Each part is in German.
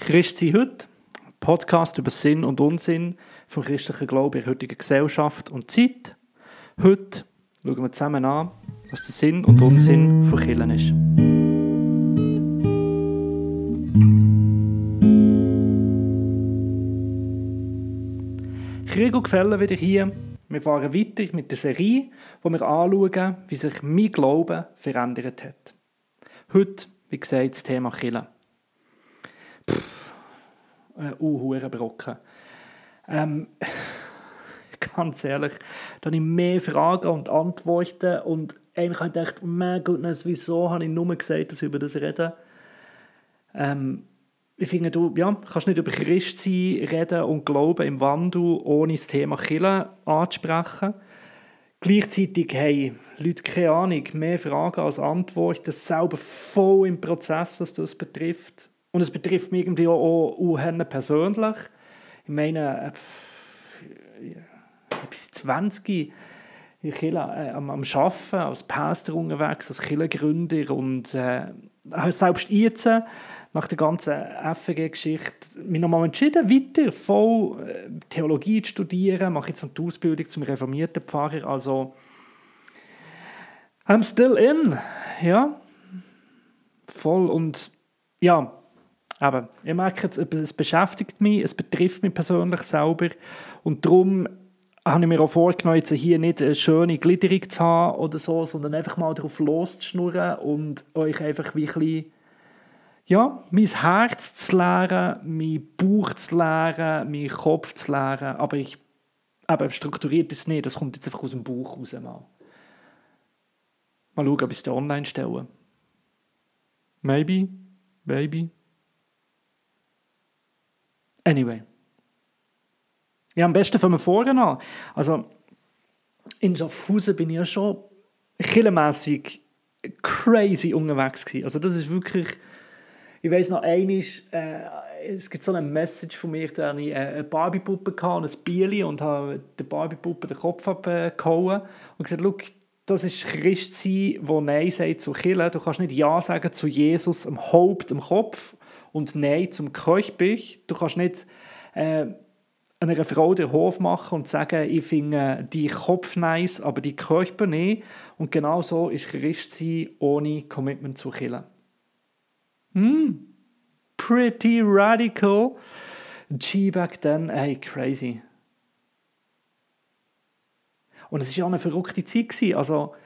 Christsein heute, Podcast über Sinn und Unsinn vom christlichen Glauben in der heutigen Gesellschaft und Zeit. Heute schauen wir zusammen an, was der Sinn und Unsinn von Kirchen ist. Krieg und Gefälle wieder hier. Wir fahren weiter mit der Serie, wo wir anschauen, wie sich mein Glaube verändert hat. Heute, wie gesagt, das Thema Kirche. Hure Brocken. Ganz ehrlich, da habe ich mehr Fragen und Antworten und eigentlich habe ich gedacht, mein Gott, wieso habe ich nur gesagt, dass ich über das rede? Ich finde, du kannst nicht über Christsein reden und Glauben im Wandel, ohne das Thema Kirche anzusprechen. Gleichzeitig haben Leute keine Ahnung, mehr Fragen als Antworten, selber voll im Prozess, was das betrifft. Und es betrifft mich irgendwie auch persönlich. Ich meine, bis 20 in Kirche, am Arbeiten, als Pastor unterwegs, als Kirchengründer und selbst jetzt, nach der ganzen FG-Geschichte, mich nochmal entschieden, weiter voll Theologie zu studieren, mache jetzt noch die Ausbildung zum reformierten Pfarrer, also I'm still in, ja, voll und ja, aber ich merke jetzt, es beschäftigt mich, es betrifft mich persönlich selber und darum habe ich mir auch vorgenommen, jetzt hier nicht eine schöne Gliederung zu haben oder so, sondern einfach mal drauf loszuschnurren und euch einfach wie ein bisschen, mein Herz zu leeren, meinen Bauch zu leeren, meinen Kopf zu leeren, aber strukturiert ist es nicht, das kommt jetzt einfach aus dem Bauch raus. Mal schauen, ob ich es online stelle. Maybe. Anyway. Ja, am besten fangen wir vorne an. Also, in Schaffhausen bin ich ja schon kirchenmässig crazy unterwegs gewesen. Also das ist wirklich, ich weiss noch einmal, es gibt so eine Message von mir, da hatte ich eine Barbie-Puppe und ein Bierli und habe der Barbie-Puppe den Kopf abgehauen und gesagt, schau, das ist Christsein, das Nein sagt zu Kirche. Du kannst nicht Ja sagen zu Jesus am Haupt, am Kopf und Nein zum Kirchbüch. Du kannst nicht einer Frau den Hof machen und sagen, ich finde die Kopf nice, aber die Körper nicht. Und genau so ist Christsein ohne Commitment zu Kirche. Pretty radical. G back then, hey, crazy. Und es war ja auch eine verrückte Zeit gewesen. Also,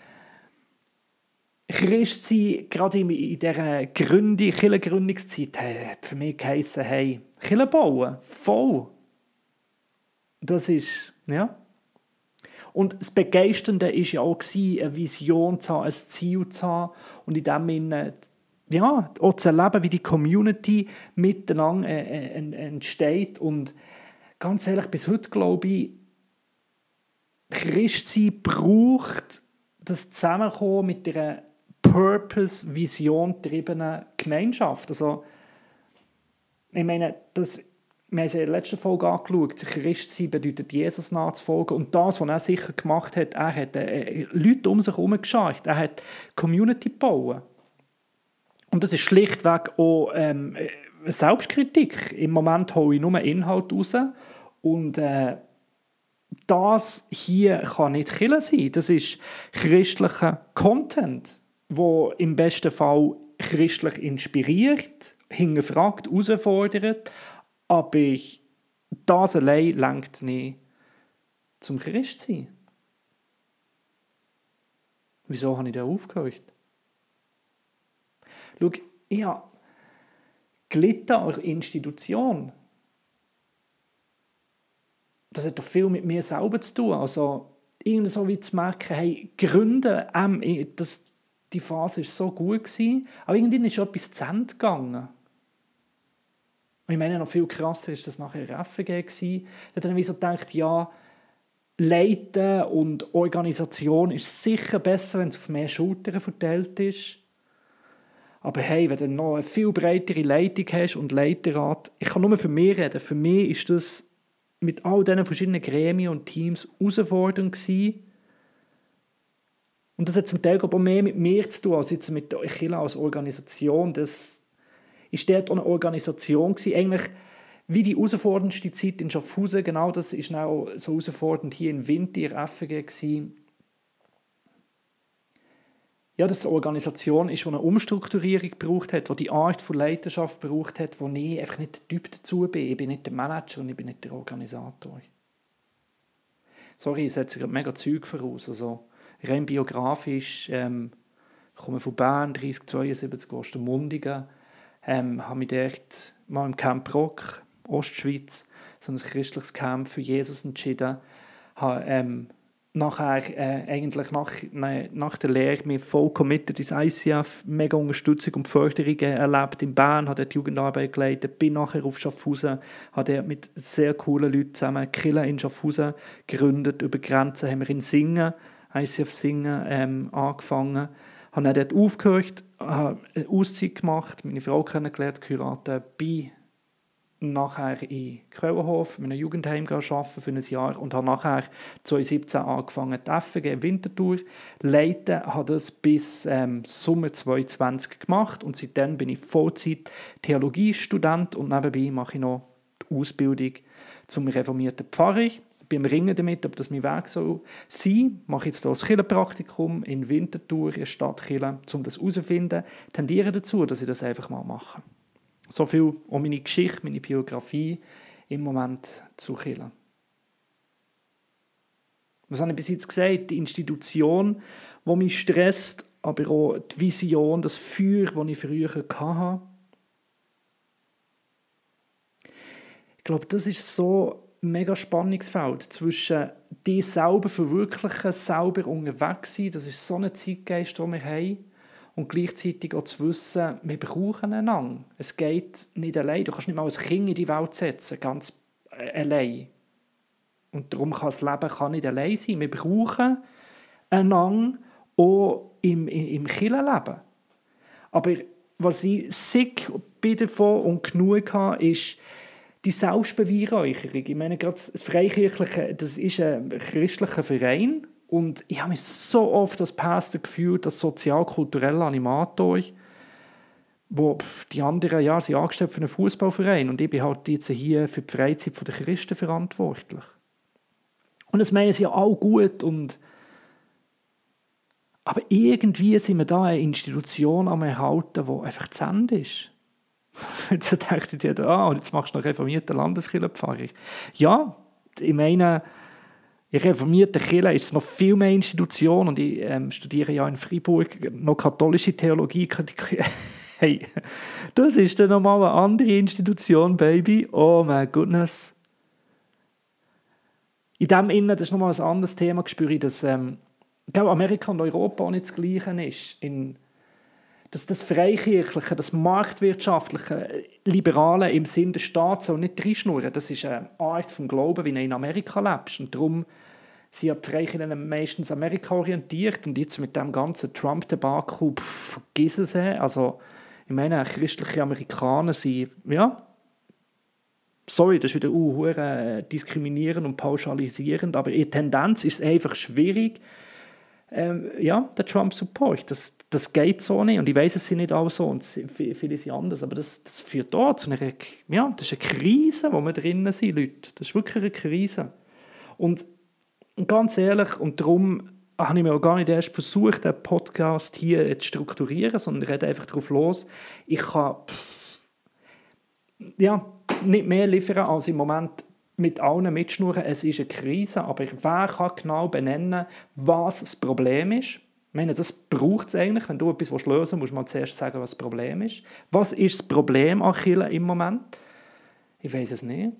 Christsein, gerade in dieser Kirchengründungszeit, hat für mich geheissen, hey, Kirche bauen, voll. Das ist, ja. Und das Begeisternde war ja auch, eine Vision zu haben, ein Ziel zu haben und in dem Sinne, auch zu erleben, wie die Community miteinander entsteht. Und ganz ehrlich, bis heute glaube ich, Christsein braucht das Zusammenkommen mit einer Purpose-Vision-getriebenen Gemeinschaft. Also, ich meine, wir haben es in der letzten Folge angeschaut. Christsein bedeutet, Jesus nachzufolgen. Und das, was er sicher gemacht hat, er hat Leute um sich herum geschart. Er hat Community gebaut. Und das ist schlichtweg auch Selbstkritik. Im Moment hole ich nur Inhalt raus. Und das hier kann nicht Kirche sein. Das ist christlicher Content, der im besten Fall christlich inspiriert, hinterfragt, herausfordert. Aber das allein reicht nicht zum Christsein. Wieso habe ich da aufgehört? Schau, ich habe gelitten als Institution. Das hat doch viel mit mir selber zu tun. Also, irgendwie so wie zu merken, hey, Gründen, die Phase war so gut gewesen, aber irgendwie ist etwas zu Ende gegangen. Und ich meine, noch viel krasser war das nachher FG gewesen. Da habe ich so gedacht, ja, Leiten und Organisation ist sicher besser, wenn es auf mehr Schultern verteilt ist. Aber hey, wenn du noch eine viel breitere Leitung hast und Leiterrat, ich kann nur für mich reden. Für mich ist das mit all diesen verschiedenen Gremien und Teams herausfordernd gewesen. Und das hat zum Teil auch mehr mit mir zu tun, als jetzt mit der Kirche als Organisation. ist dort auch eine Organisation gewesen, eigentlich wie die herausforderndste Zeit in Schaffhausen, genau das ist auch so herausfordernd hier in Winter, in der FG gewesen. Ja, dass es eine Organisation ist, die eine Umstrukturierung gebraucht hat, die die Art von Leidenschaft gebraucht hat, wo ich einfach nicht der Typ dazu bin. Ich bin nicht der Manager und ich bin nicht der Organisator. Sorry, ich setze gerade mega Zeug voraus. Also, rein biografisch, ich komme von Bern, 3072, Ostermundigen, habe mich dort mal im Camp Rock, Ostschweiz, so ein christliches Camp für Jesus entschieden, habe nachher eigentlich nach der Lehre mich voll committed ins ICF, mega Unterstützung und Förderungen erlebt in Bern, habe dort die Jugendarbeit geleitet, bin nachher auf Schaffhausen, habe dort mit sehr coolen Leuten zusammen Kirche in Schaffhausen gegründet, über Grenzen haben wir in Singen, ICF Singen angefangen, habe dann dort aufgehört, habe eine Auszeit gemacht, meine Frau kennengelernt, geheiratet, bin nachher in Quellenhof, in einem Jugendheim arbeiten für ein Jahr und habe nachher 2017 angefangen, die FG in Winterthur leiten, habe das bis Sommer 2020 gemacht und seitdem bin ich Vollzeit Theologiestudent und nebenbei mache ich noch die Ausbildung zum reformierten Pfarrer. Ich bin am Ringen damit, ob das mein Weg soll sein. Ich mache jetzt hier ein Kirchenpraktikum in Winterthur, in der Stadt Kirchen, um das herauszufinden. Ich tendiere dazu, dass ich das einfach mal mache. So viel um meine Geschichte, meine Biografie im Moment zu Kirche. Was habe ich bis jetzt gesagt? Die Institution, die mich stresst, aber auch die Vision, das Feuer, das ich früher hatte. Ich glaube, das ist so ein mega Spannungsfeld zwischen dich selber verwirklichen, selber unterwegs sein, das ist so ein Zeitgeist, den wir haben, und gleichzeitig auch zu wissen, wir brauchen einander. Es geht nicht allein. Du kannst nicht mal ein Kind in die Welt setzen, ganz allein. Und darum kann das Leben nicht allein sein. Wir brauchen einander auch im Kirchenleben. Aber was ich sick bin davon und genug habe, ist die Selbstbeweihräucherung. Ich meine, gerade das Freikirchliche, das ist ein christlicher Verein. Und ich habe mich so oft als Pastor gefühlt, als sozial-kultureller Animator, wo die anderen sind angestellt für einen Fußballverein und ich bin halt jetzt hier für die Freizeit der Christen verantwortlich. Und das meinen sie ja auch gut. Aber irgendwie sind wir da eine Institution am Erhalten, die einfach zu Ende ist. Jetzt denkt jeder, und jetzt machst du noch reformierten Landeskirchenpfarrer. Ja, ich meine, in reformierten Kirchen ist es noch viel mehr Institution und ich studiere ja in Freiburg noch katholische Theologie. Hey, das ist dann nochmal eine andere Institution, Baby. Oh my goodness. In dem Innen, das ist nochmal ein anderes Thema, spüre ich, dass ich glaube, Amerika und Europa auch nicht das Gleiche ist. Dass das Freikirchliche, das Marktwirtschaftliche, Liberale im Sinne des Staates auch nicht reinschnurren. Das ist eine Art vom Glauben, wie du in Amerika lebst. Und darum sind ja die Freikirchen meistens Amerika orientiert. Und jetzt mit dem ganzen Trump-Debakel, vergiss es. Also, ich meine, christliche Amerikaner sind, ja, sorry, das ist wieder diskriminierend und pauschalisierend, aber in Tendenz ist es einfach schwierig, der Trump-Support, das geht so nicht. Und ich weiss, es sind nicht alle so und viele sind anders, aber das führt auch zu einer, das ist eine Krise, wo wir drinnen sind, Leute. Das ist wirklich eine Krise. Und ganz ehrlich, und darum habe ich mir auch gar nicht erst versucht, den Podcast hier zu strukturieren, sondern ich rede einfach drauf los. Ich kann nicht mehr liefern, als im Moment mit allen mitschnurren. Es ist eine Krise, aber wer kann genau benennen, was das Problem ist? Ich meine, das braucht es eigentlich. Wenn du etwas lösen willst, musst du mal zuerst sagen, was das Problem ist. Was ist das Problem an Kirche im Moment? Ich weiß es nicht.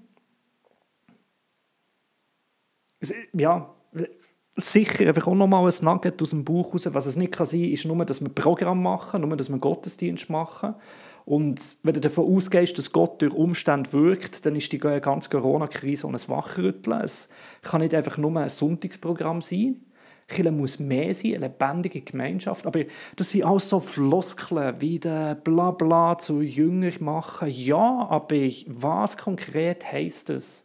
Ja, sicher einfach auch nochmal ein Nugget aus dem Bauch raus. Was es nicht kann sein, ist nur, dass wir Programm machen, nur, dass wir Gottesdienst machen. Und wenn du davon ausgehst, dass Gott durch Umstände wirkt, dann ist die ganze Corona-Krise auch ein Wachrütteln. Es kann nicht einfach nur ein Sonntagsprogramm sein. Kirche muss mehr sein, eine lebendige Gemeinschaft. Aber das sind alles so Floskeln, wie der Blabla zu Jünger machen. Ja, aber was konkret heisst das?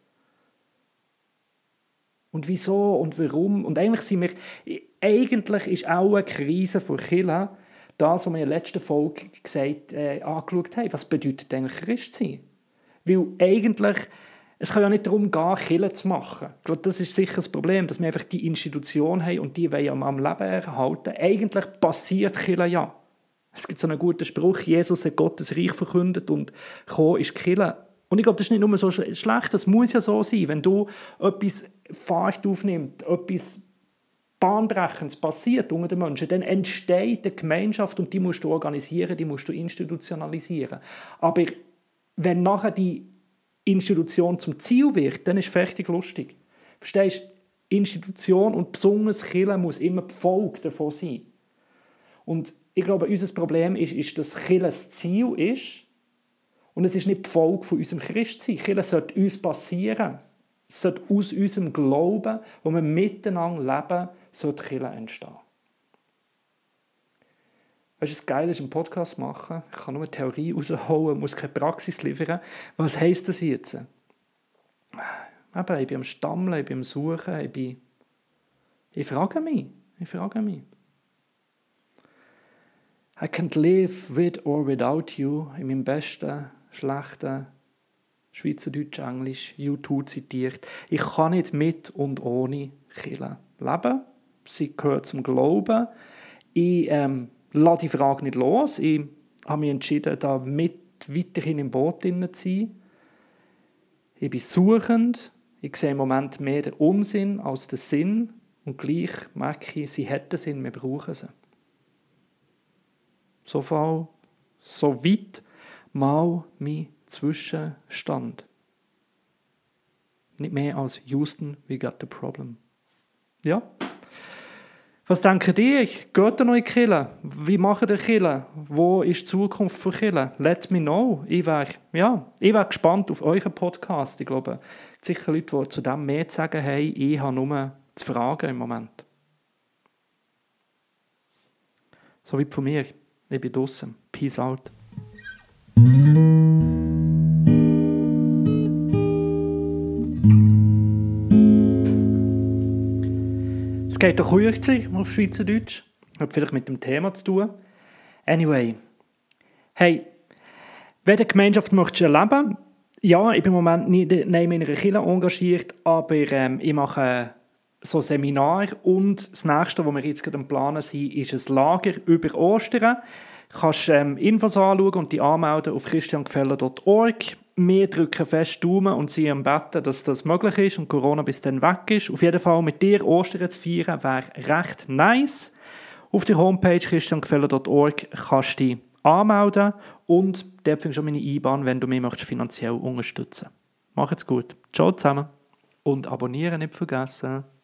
Und wieso und warum? Und eigentlich ist auch eine Krise von Kirche, das, was wir in der letzten Folge angeschaut haben. Was bedeutet eigentlich Christ sein? Weil eigentlich, es kann ja nicht darum gehen, Kirche zu machen. Ich glaube, das ist sicher das Problem, dass wir einfach die Institution haben und die wollen am Leben erhalten. Eigentlich passiert Kirche ja. Es gibt so einen guten Spruch, Jesus hat Gottes Reich verkündet und gekommen ist Kirche. Und ich glaube, das ist nicht nur so schlecht, das muss ja so sein. Wenn du etwas Fahrt aufnimmst, etwas Bahnbrechendes passiert unter den Menschen, dann entsteht eine Gemeinschaft und die musst du organisieren, die musst du institutionalisieren. Aber wenn nachher die Institution zum Ziel wird, dann ist fertig lustig. Verstehst du? Institution und besonders Kirche muss immer die Folge davon sein. Und ich glaube, unser Problem ist, dass Kirche das Ziel ist und es ist nicht die Folge von unserem Christsein. Kirche sollte uns passieren. Es sollte aus unserem Glauben, wo wir miteinander leben, sollte Kirche entstehen. Weißt du, was geil ist, einen Podcast machen? Ich kann nur Theorie rausholen, muss keine Praxis liefern. Was heisst das jetzt? Eben, ich bin am Stammeln, ich bin am Suchen, ich frage mich. I can't live with or without you, in meinem besten, schlechten Schweizerdeutsch, Englisch, U2 zitiert. Ich kann nicht mit und ohne Kirche leben. Sie gehört zum Glauben. Ich lasse die Frage nicht los. Ich habe mich entschieden, da mit weiterhin im Boot zu sein. Ich bin suchend. Ich sehe im Moment mehr den Unsinn als den Sinn. Und gleich merke ich, sie hätten Sinn, wir brauchen sie. So weit mal mein Zwischenstand. Nicht mehr als Houston, we got the problem. Ja. Was denken ihr? Geht ihr noch in die Kirche? Wie macht ihr Kirche? Wo ist die Zukunft für Kirche? Let me know. Ich wäre gespannt auf euren Podcast. Ich glaube, es gibt sicher Leute, die zu dem mehr zu sagen haben. Ich habe nur zu fragen im Moment. So wie von mir. Ich bin draussen. Peace out. Es geht doch kürzer auf Schweizerdeutsch. Hat vielleicht mit dem Thema zu tun. Anyway. Hey, wenn du Gemeinschaft möchtest erleben, ja, ich bin im Moment nicht in einer Kirche engagiert, aber ich mache so Seminar und das nächste, was wir jetzt gerade am Planen sind, ist ein Lager über Ostern. Du kannst Infos anschauen und die anmelden auf christiangfeller.org. Wir drücken fest Daumen und sind am Betten, dass das möglich ist und Corona bis dann weg ist. Auf jeden Fall mit dir Ostern zu feiern wäre recht nice. Auf der Homepage christiangfeller.org kannst du dich anmelden und dort findest du schon meine IBAN, wenn du mich finanziell unterstützen möchtest. Macht's gut. Ciao zusammen und abonnieren nicht vergessen.